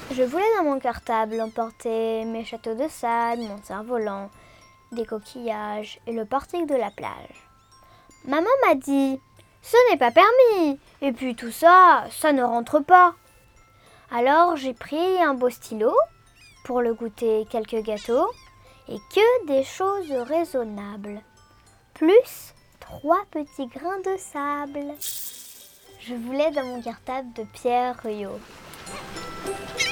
Je voulais dans mon cartable emporter mes châteaux de sable, mon cerf-volant, des coquillages et le portique de la plage. Maman m'a dit « Ce n'est pas permis, et puis tout ça, ça ne rentre pas ». Alors j'ai pris un beau stylo pour le goûter quelques gâteaux et que des choses raisonnables. Plus 3 petits grains de sable. Je voulais dans mon cartable de Pierre Ruyot.